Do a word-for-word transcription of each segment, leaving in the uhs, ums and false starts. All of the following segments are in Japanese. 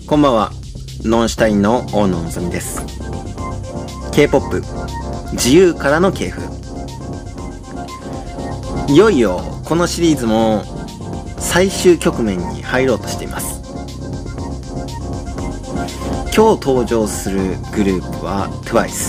こんばんは、ノンシュタインの大野のぞみです。 K-ポップ 自由からの系譜、いよいよこのシリーズも最終局面に入ろうとしています。今日登場するグループは トゥワイス。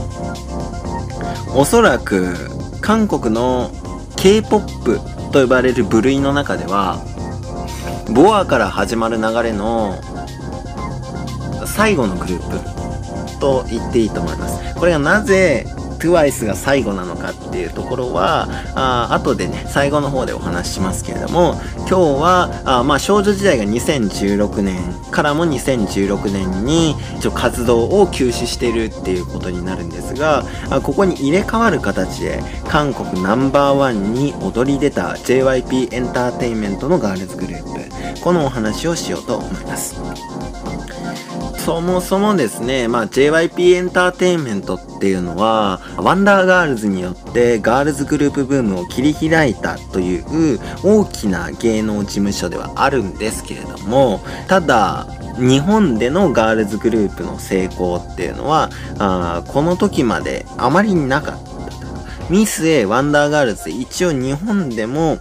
おそらく韓国の K-ポップ と呼ばれる部類の中ではボアから始まる流れの最後のグループと言っていいと思います。これがなぜ トゥワイス が最後なのかっていうところはあ後でね最後の方でお話ししますけれども、今日はあまあ少女時代がにせんじゅうろくねんからもにせんじゅうろくねんに一応活動を休止しているっていうことになるんですが、あここに入れ替わる形で韓国ナンバーワンに躍り出た ジェイワイピー エンターテインメントのガールズグループ、このお話をしようと思います。そもそもですね、まあ ジェイワイピー エンターテインメントっていうのはワンダーガールズによってガールズグループブームを切り開いたという大きな芸能事務所ではあるんですけれども、ただ日本でのガールズグループの成功っていうのはあこの時まであまりなかったと。ミス A ワンダーガールズ一応日本でも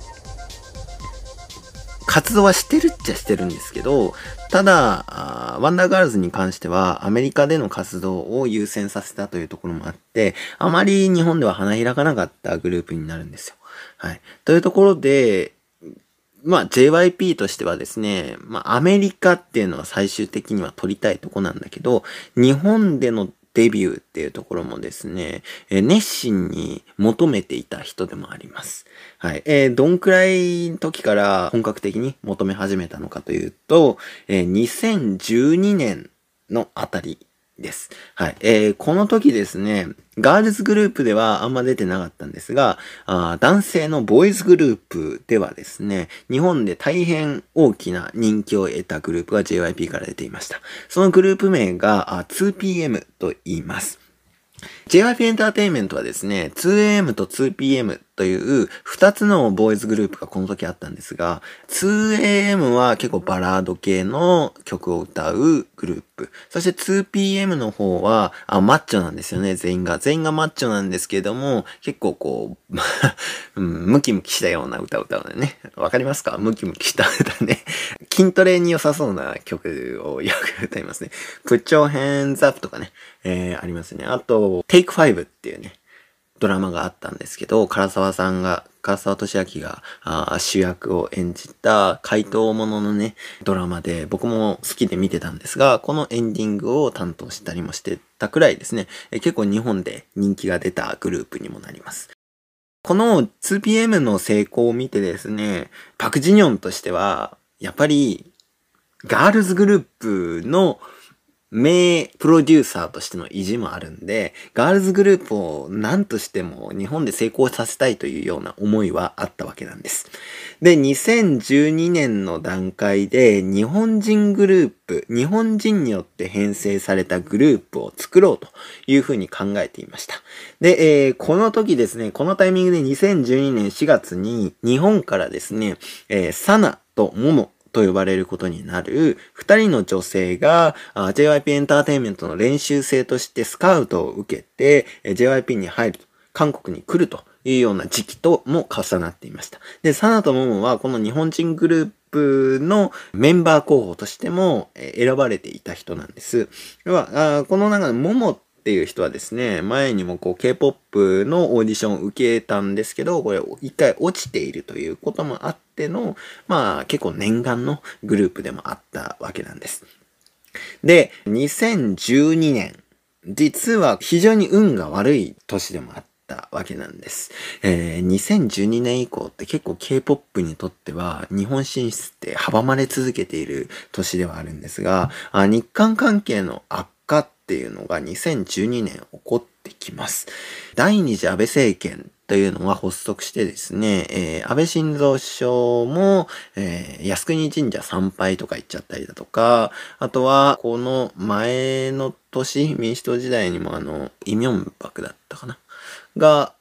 活動はしてるっちゃしてるんですけど、ただワンダーガールズに関してはアメリカでの活動を優先させたというところもあって、あまり日本では花開かなかったグループになるんですよ。はい。というところで、まあ ジェイワイピー としてはですね、まあアメリカっていうのは最終的には取りたいとこなんだけど、日本でのデビューっていうところもですね、えー、熱心に求めていた人でもあります。はい。えー、どんくらいの時から本格的に求め始めたのかというと、えー、にせんじゅうにねんのあたりです。はい。えー、この時ですね、ガールズグループではあんま出てなかったんですが、あ男性のボーイズグループではですね、日本で大変大きな人気を得たグループが ジェイワイピー から出ていました。そのグループ名が ツーピーエム と言います。ジェイワイピー エンターテインメントはですね、ツーエーエム と ツーピーエム という二つのボーイズグループがこの時あったんですが、ツーエーエム は結構バラード系の曲を歌うグループ。そして ツーピーエム の方はあマッチョなんですよね、全員が。全員がマッチョなんですけれども、結構こう、うん、ムキムキしたような歌を歌うのね。わかりますか？ムキムキした歌ね。筋トレに良さそうな曲をよく歌いますね。Put Your Hands Up とかね、えー、ありますね。あと、Take Five っていうね、ドラマがあったんですけど、唐沢さんが、唐沢俊明があ主役を演じた怪盗もののね、ドラマで僕も好きで見てたんですが、このエンディングを担当したりもしてたくらいですね、え結構日本で人気が出たグループにもなります。この ツーピーエム の成功を見てですね、パクジニョンとしては、やっぱりガールズグループの名プロデューサーとしての意地もあるんで、ガールズグループを何としても日本で成功させたいというような思いはあったわけなんです。で、にせんじゅうにねんの段階で日本人グループ、日本人によって編成されたグループを作ろうというふうに考えていました。で、えー、この時ですね、このタイミングでにせんじゅうにねんしがつに日本からですね、えー、サナとモモと呼ばれることになる二人の女性が ジェイワイピー エンターテインメントの練習生としてスカウトを受けて ジェイワイピー に入ると、韓国に来るというような時期とも重なっていました。で、サナとモモはこの日本人グループのメンバー候補としても選ばれていた人なんです。では、この中でモモっていう人はですね、前にもこう K-ポップ のオーディションを受けたんですけど、これ一回落ちているということもあっての、まあ結構念願のグループでもあったわけなんです。で、にせんじゅうにねん、実は非常に運が悪い年でもあったわけなんです。えー、にせんじゅうにねん以降って結構 K-ポップ にとっては日本進出って阻まれ続けている年ではあるんですが、あ日韓関係の悪化っていうのがにせんじゅうにねん起こってきます。第二次安倍政権というのが発足してですね、えー、安倍晋三首相も、えー、靖国神社参拝とか行っちゃったりだとか、あとはこの前の年、民主党時代にもあのイ・ミョンバクだったかなが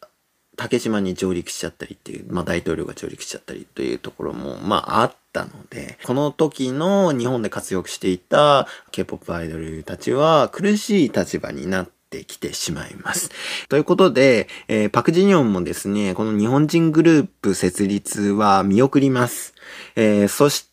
竹島に上陸しちゃったりっていう、まあ大統領が上陸しちゃったりというところも、まああったので、この時の日本で活躍していた K-ポップ アイドルたちは苦しい立場になってきてしまいます。ということで、えー、パクジニョンもですね、この日本人グループ設立は見送ります。えー、そして、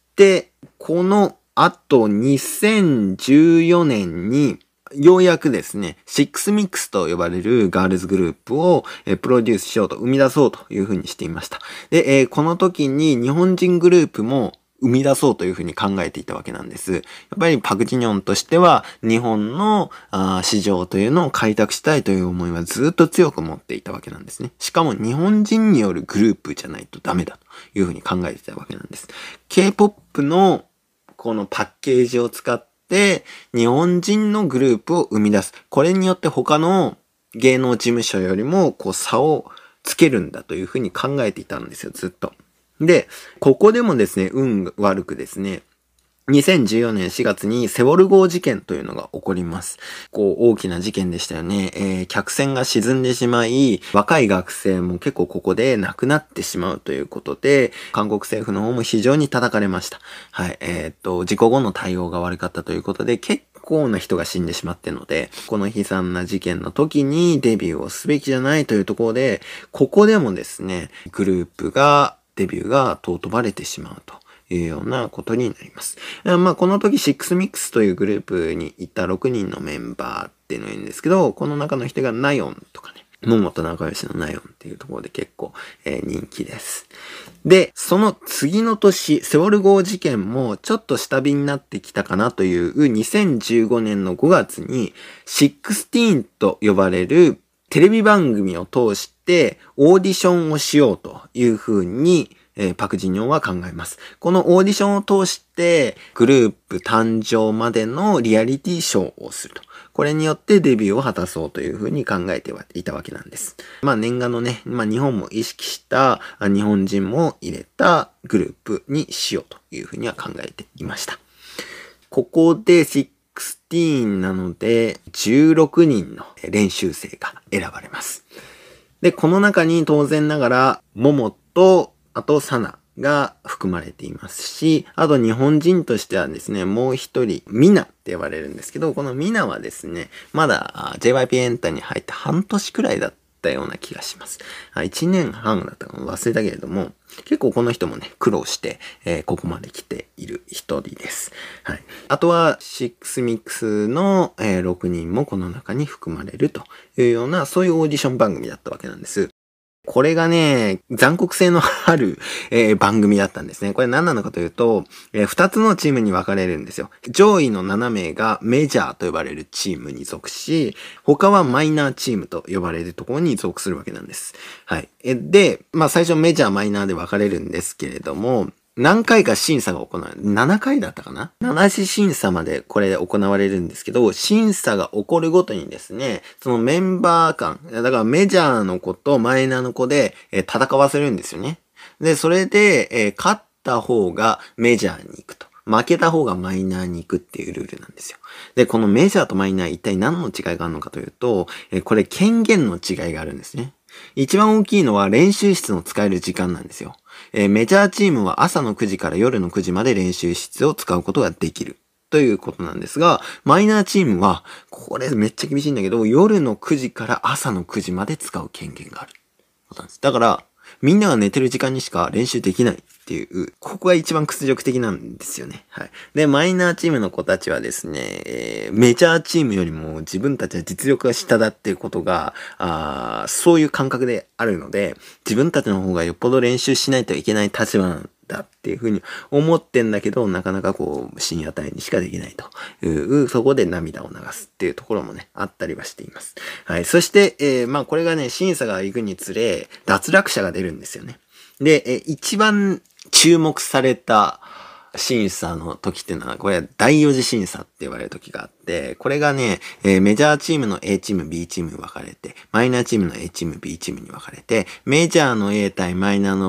この後にせんじゅうよねんにようやくですね、シックスミックスと呼ばれるガールズグループを、えー、プロデュースしようと、生み出そうというふうにしていました。で、えー、この時に日本人グループも生み出そうというふうに考えていたわけなんです。やっぱりパクジニョンとしては日本のあ市場というのを開拓したいという思いはずっと強く持っていたわけなんですね。しかも日本人によるグループじゃないとダメだというふうに考えていたわけなんです。K-ポップ のこのパッケージを使って日本人のグループを生み出す。これによって他の芸能事務所よりもこう差をつけるんだというふうに考えていたんですよ、ずっと。で、ここでもですね、運悪くですね、にせんじゅうよねんしがつにセウォル号事件というのが起こります。こう大きな事件でしたよね。えー、客船が沈んでしまい、若い学生も結構ここで亡くなってしまうということで、韓国政府の方も非常に叩かれました。はい。えー、っと、事故後の対応が悪かったということで、結構な人が死んでしまっているので、この悲惨な事件の時にデビューをすべきじゃないというところで、ここでもですね、グループが、デビューが尊ばれてしまうと。いうようなことになります。まあ、この時シックスミックスというグループにいたろくにんのメンバーっていうのがいるんですけど、この中の人がナヨンとかね、桃と仲良しのナヨンっていうところで結構、えー、人気です。で、その次の年、セウォル号事件もちょっと下火になってきたかなというにせんじゅうごねんのごがつに、シックスティーンと呼ばれるテレビ番組を通してオーディションをしようというふうにえー、パクジニョンは考えます。このオーディションを通してグループ誕生までのリアリティショーをすると。これによってデビューを果たそうというふうに考えてはいたわけなんです。まあ念願のね、まあ日本も意識した日本人も入れたグループにしようというふうには考えていました。ここでじゅうろくなのでじゅうろくにんの練習生が選ばれます。で、この中に当然ながらモモとあと、サナが含まれていますし、あと日本人としてはですね、もう一人、ミナって呼ばれるんですけど、このミナはですね、まだ ジェイワイピー エンタに入って半年くらいだったような気がします。いちねんはんだったかも忘れたけれども、結構この人もね、苦労して、えー、ここまで来ている一人です。はい。あとは、シックスミックスの、えー、ろくにんもこの中に含まれるというような、そういうオーディション番組だったわけなんです。これがね、残酷性のある、えー、番組だったんですね。これ何なのかというと、えー、ふたつのチームに分かれるんですよ。上位のななめいがメジャーと呼ばれるチームに属し、他はマイナーチームと呼ばれるところに属するわけなんです。はい。えで、まあ最初メジャー、マイナーで分かれるんですけれども、何回か審査が行われる。ななかいだったかな ?なな 次審査までこれ行われるんですけど、審査が起こるごとにですね、そのメンバー間、だからメジャーの子とマイナーの子で、えー、戦わせるんですよね。で、それで、えー、勝った方がメジャーに行くと。負けた方がマイナーに行くっていうルールなんですよ。で、このメジャーとマイナー一体何の違いがあるのかというと、えー、これ権限の違いがあるんですね。一番大きいのは練習室の使える時間なんですよ。えー、メジャーチームは朝のくじから夜のくじまで練習室を使うことができるということなんですが、マイナーチームは、これめっちゃ厳しいんだけど、夜のくじから朝のくじまで使う権限がある。だから、みんなが寝てる時間にしか練習できないっていう、ここが一番屈辱的なんですよね。はい。で、マイナーチームの子たちはですね、えー、メジャーチームよりも自分たちは実力が下だっていうことが、あそういう感覚であるので、自分たちの方がよっぽど練習しないといけない立場なんだっていうふうに思ってんだけど、なかなかこう、深夜帯にしかできないという、そこで涙を流すっていうところもね、あったりはしています。はい。そして、えー、まあこれがね、審査が行くにつれ、脱落者が出るんですよね。で、えー、一番注目された審査の時っていうのは、これは第四次審査って言われる時があって、これがね、えー、メジャーチームの A チーム、B チームに分かれて、マイナーチームの A チーム、B チームに分かれて、メジャーの A 対マイナーの B、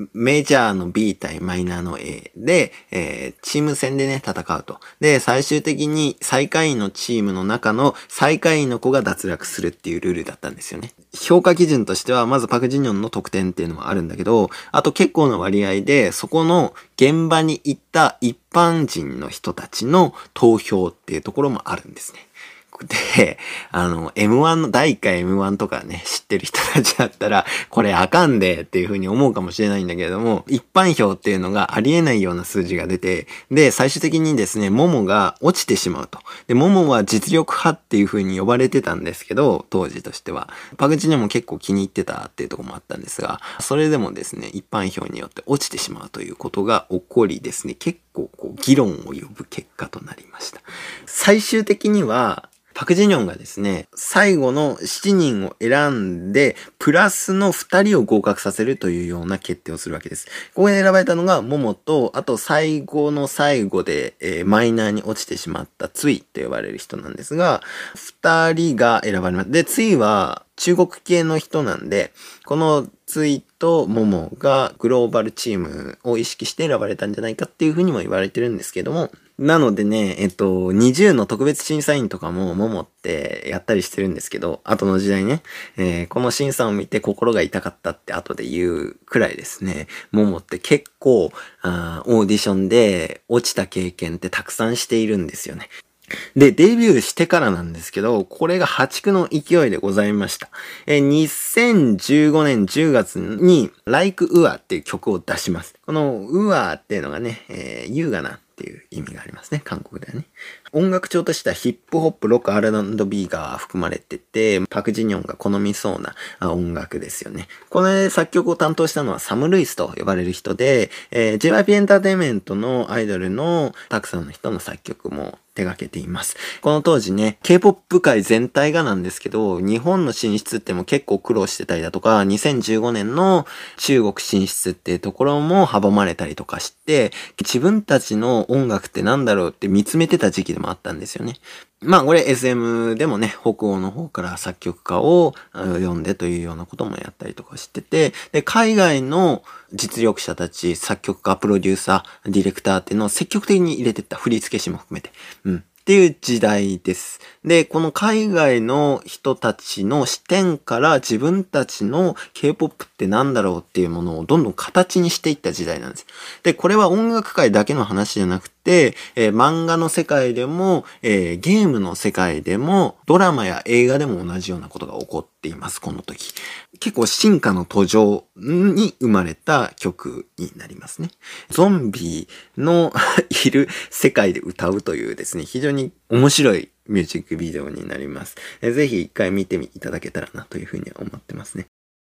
メジャーの B 対マイナーの A で、えー、チーム戦でね、戦うと。で、最終的に最下位のチームの中の最下位の子が脱落するっていうルールだったんですよね。評価基準としては、まずパクジニョンの得点っていうのもあるんだけど、あと結構な割合で、そこの現場に行った一般人の人たちの投票っていうところもあるんですね。で、あの、エムワン の、だいいっかい エムワン とかね、知ってる人たちだったら、これあかんでっていう風に思うかもしれないんだけれども、一般票っていうのがありえないような数字が出て、で、最終的にですね、モモが落ちてしまうと。で、モモは実力派っていう風に呼ばれてたんですけど、当時としては。パクチニョも結構気に入ってたっていうところもあったんですが、それでもですね、一般票によって落ちてしまうということが起こりですね、結構こう、議論を呼ぶ結果となりました。最終的には、パクジニョンがですね、最後のしちにんを選んで、プラスのふたりを合格させるというような決定をするわけです。ここで選ばれたのが、モモと、あと最後の最後で、えー、マイナーに落ちてしまったツイと呼ばれる人なんですが、ふたりが選ばれます。で、ツイは中国系の人なんで、このツイとモモがグローバルチームを意識して選ばれたんじゃないかっていうふうにも言われてるんですけども、なのでね、えっと、にじゅうの特別審査員とかも、モモってやったりしてるんですけど、後の時代ね、えー、この審査を見て心が痛かったって後で言うくらいですね、モモって結構、あーオーディションで落ちた経験ってたくさんしているんですよね。で、デビューしてからなんですけど、これが破竹の勢いでございました。えー、にせんじゅうごねんじゅうがつに、Like Ua っていう曲を出します。この Ua っていうのがね、えー、優雅なっていう意味がありますね。韓国ではね。音楽調としてはヒップホップ、ロック、アールアンドビー が含まれてて、パクジニョンが好みそうな音楽ですよね。この作曲を担当したのはサム・ルイスと呼ばれる人で、えー、ジェイワイピー エンターテインメントのアイドルのたくさんの人の作曲も手掛けています。この当時ね、K-ポップ 界全体がなんですけど、日本の進出っても結構苦労してたりだとか、にせんじゅうごねんの中国進出っていうところも阻まれたりとかして、自分たちの音楽ってなんだろうって見つめてた時期でもあったんですよね。まあこれ エスエム でもね、北欧の方から作曲家を呼んでというようなこともやったりとかしてて、で、海外の実力者たち、作曲家、プロデューサー、ディレクターっていうのを積極的に入れてった、振付師も含めて。うん。っていう時代です。で、この海外の人たちの視点から自分たちの K-ポップ ってなんだろうっていうものをどんどん形にしていった時代なんです。で、これは音楽界だけの話じゃなくて、えー、漫画の世界でも、えー、ゲームの世界でも、ドラマや映画でも同じようなことが起こっています、この時。結構進化の途上に生まれた曲になりますね。ゾンビのいる世界で歌うというですね、非常に面白いミュージックビデオになります。ぜひ一回見ていただけたらなというふうに思ってますね。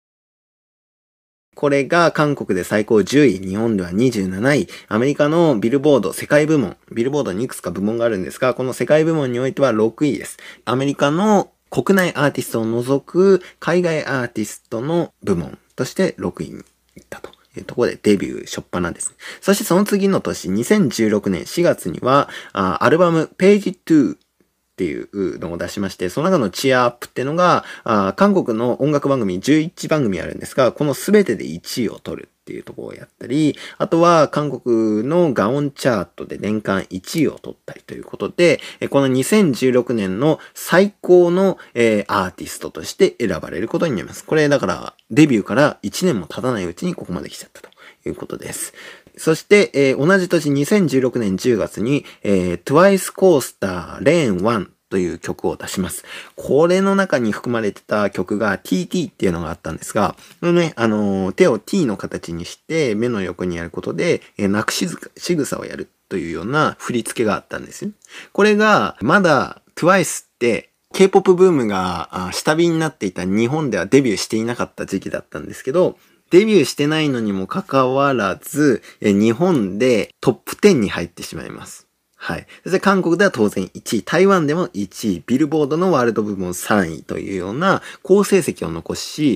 これが韓国で最高じゅうい、日本ではにじゅうなない、アメリカのビルボード世界部門、ビルボードにいくつか部門があるんですが、この世界部門においてはろくいです。アメリカの国内アーティストを除く海外アーティストの部門としてろくいに行ったというところでデビュー初っ端なんです。そしてその次の年、にせんじゅうろくねんしがつには、あアルバム ページにっていうのを出しまして、その中のチアアップっていうのが、あ韓国の音楽番組じゅういちばんぐみあるんですが、この全てでいちいを取るっていうところをやったり、あとは韓国のガオンチャートで年間いちいを取ったりということで、このにせんじゅうろくねんの最高の、えー、アーティストとして選ばれることになります。これだからデビューからいちねんも経たないうちにここまで来ちゃったということです。そして、えー、同じ年にせんじゅうろくねんじゅうがつに、えー、トゥワイス Coaster レーンワンという曲を出します。これの中に含まれてた曲が ティーティー っていうのがあったんですが、このね、あのー、手を T の形にして目の横にやることで、えー、泣くしぐ仕草をやるというような振り付けがあったんですよ。これがまだ トゥワイス って K-ポップ ブームが下火になっていた日本ではデビューしていなかった時期だったんですけど、デビューしてないのにもかかわらず、日本でトップじゅうに入ってしまいます。はい。そして韓国では当然いちい、台湾でもいちい、ビルボードのワールド部門さんいというような好成績を残し、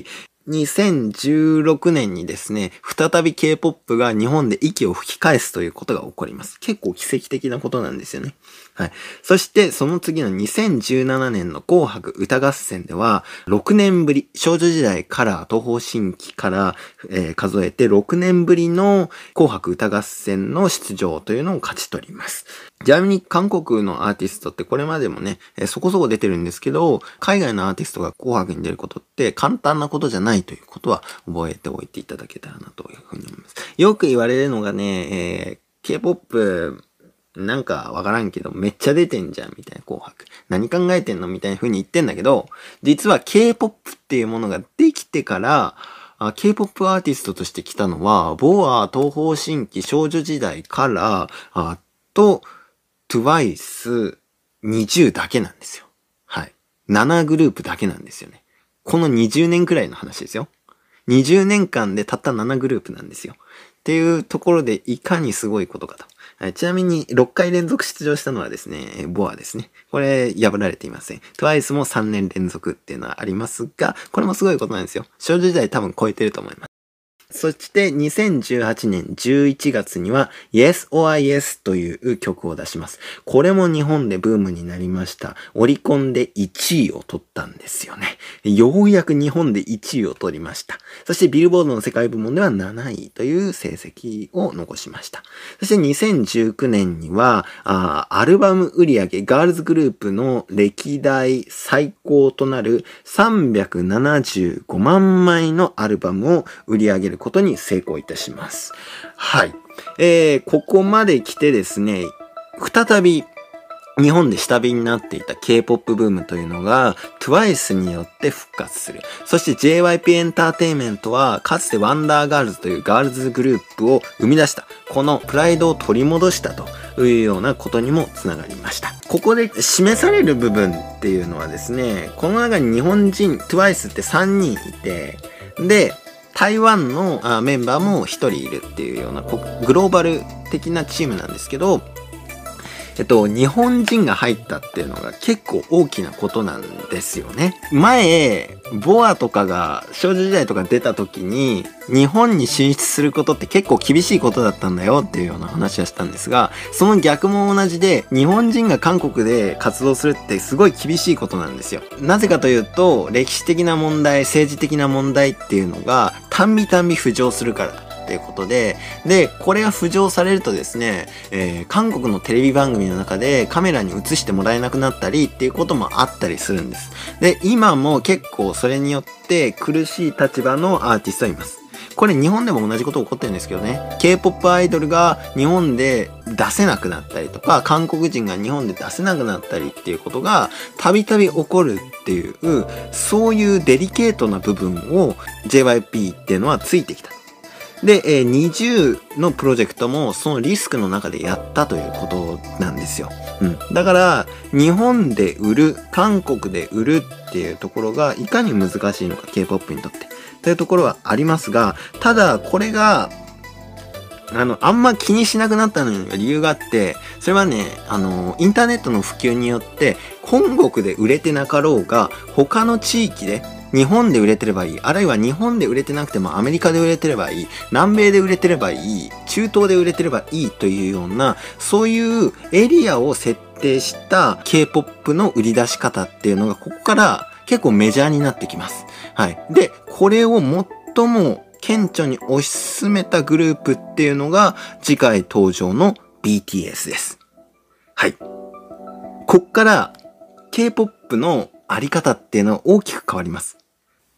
にせんじゅうろくねんにですね、再び K-ポップ が日本で息を吹き返すということが起こります。結構奇跡的なことなんですよね。はい。そしてその次のにせんじゅうななねんの紅白歌合戦では、ろくねんぶり、少女時代から東方神起から、えー、数えてろくねんぶりの紅白歌合戦の出場というのを勝ち取ります。ちなみに韓国のアーティストってこれまでもね、えー、そこそこ出てるんですけど、海外のアーティストが紅白に出ることって簡単なことじゃないということは覚えておいていただけたらなというふうに思います。よく言われるのがね、えー、K-ポップ なんかわからんけどめっちゃ出てんじゃんみたいな紅白。何考えてんのみたいな風に言ってんだけど、実は K-ポップ っていうものができてから、K-ポップ アーティストとして来たのは、ボア、東方神起、少女時代から、あと、トゥワイス、にじゅうだけなんですよ。はい。ななグループだけなんですよね。このにじゅうねんくらいの話ですよ。にじゅうねんかんでたったななグループなんですよ。っていうところでいかにすごいことかと。はい、ちなみにろっかい連続出場したのはですね、ボアですね。これ破られていません。トゥワイスもさんねん連続っていうのはありますが、これもすごいことなんですよ。少女時代多分超えてると思います。そしてにせんじゅうはちねんじゅういちがつには Yes or Yes という曲を出します。これも日本でブームになりました。オリコンでいちいを取ったんですよね。ようやく日本でいちいを取りました。そしてビルボードの世界部門ではなないという成績を残しました。そしてにせんじゅうきゅうねんにはあアルバム売上ガールズグループの歴代最高となるさんびゃくななじゅうごまんまいのアルバムを売り上げることに成功いたします。はい。えー、ここまで来てですね、再び日本で下火になっていた K-ポップ ブームというのが トゥワイス によって復活する。そして ジェイワイピー エンターテインメントはかつてワンダーガールズというガールズグループを生み出した。このプライドを取り戻したというようなことにもつながりました。ここで示される部分っていうのはですね、この中に日本人 トゥワイス ってさんにんいて、で、台湾のメンバーもひとりいるっていうようなグローバル的なチームなんですけど、えっと、日本人が入ったっていうのが結構大きなことなんですよね。前、ボアとかが少女時代とか出た時に日本に進出することって結構厳しいことだったんだよっていうような話はしたんですが、その逆も同じで日本人が韓国で活動するってすごい厳しいことなんですよ。なぜかというと、歴史的な問題、政治的な問題っていうのがたんびたんび浮上するからだ。ということで、で、これが浮上されるとですね、えー、韓国のテレビ番組の中でカメラに映してもらえなくなったりっていうこともあったりするんです。で、今も結構それによって苦しい立場のアーティストはいます。これ日本でも同じこと起こってるんですけどね、K-ポップ アイドルが日本で出せなくなったりとか、韓国人が日本で出せなくなったりっていうことがたびたび起こるっていう、そういうデリケートな部分を ジェイワイピー っていうのはついてきた。で、えー、にじゅうのプロジェクトもそのリスクの中でやったということなんですよ。うん。だから、日本で売る、韓国で売るっていうところがいかに難しいのか、K-ポップ にとって。というところはありますが、ただ、これが、あの、あんま気にしなくなったのには理由があって、それはね、あの、インターネットの普及によって、本国で売れてなかろうが、他の地域で、日本で売れてればいい。あるいは日本で売れてなくてもアメリカで売れてればいい。南米で売れてればいい。中東で売れてればいいというような、そういうエリアを設定した K-ポップ の売り出し方っていうのがここから結構メジャーになってきます。はい。で、これを最も顕著に推し進めたグループっていうのが次回登場の ビーティーエス です。はい。こっから K-ポップ のあり方っていうのは大きく変わります。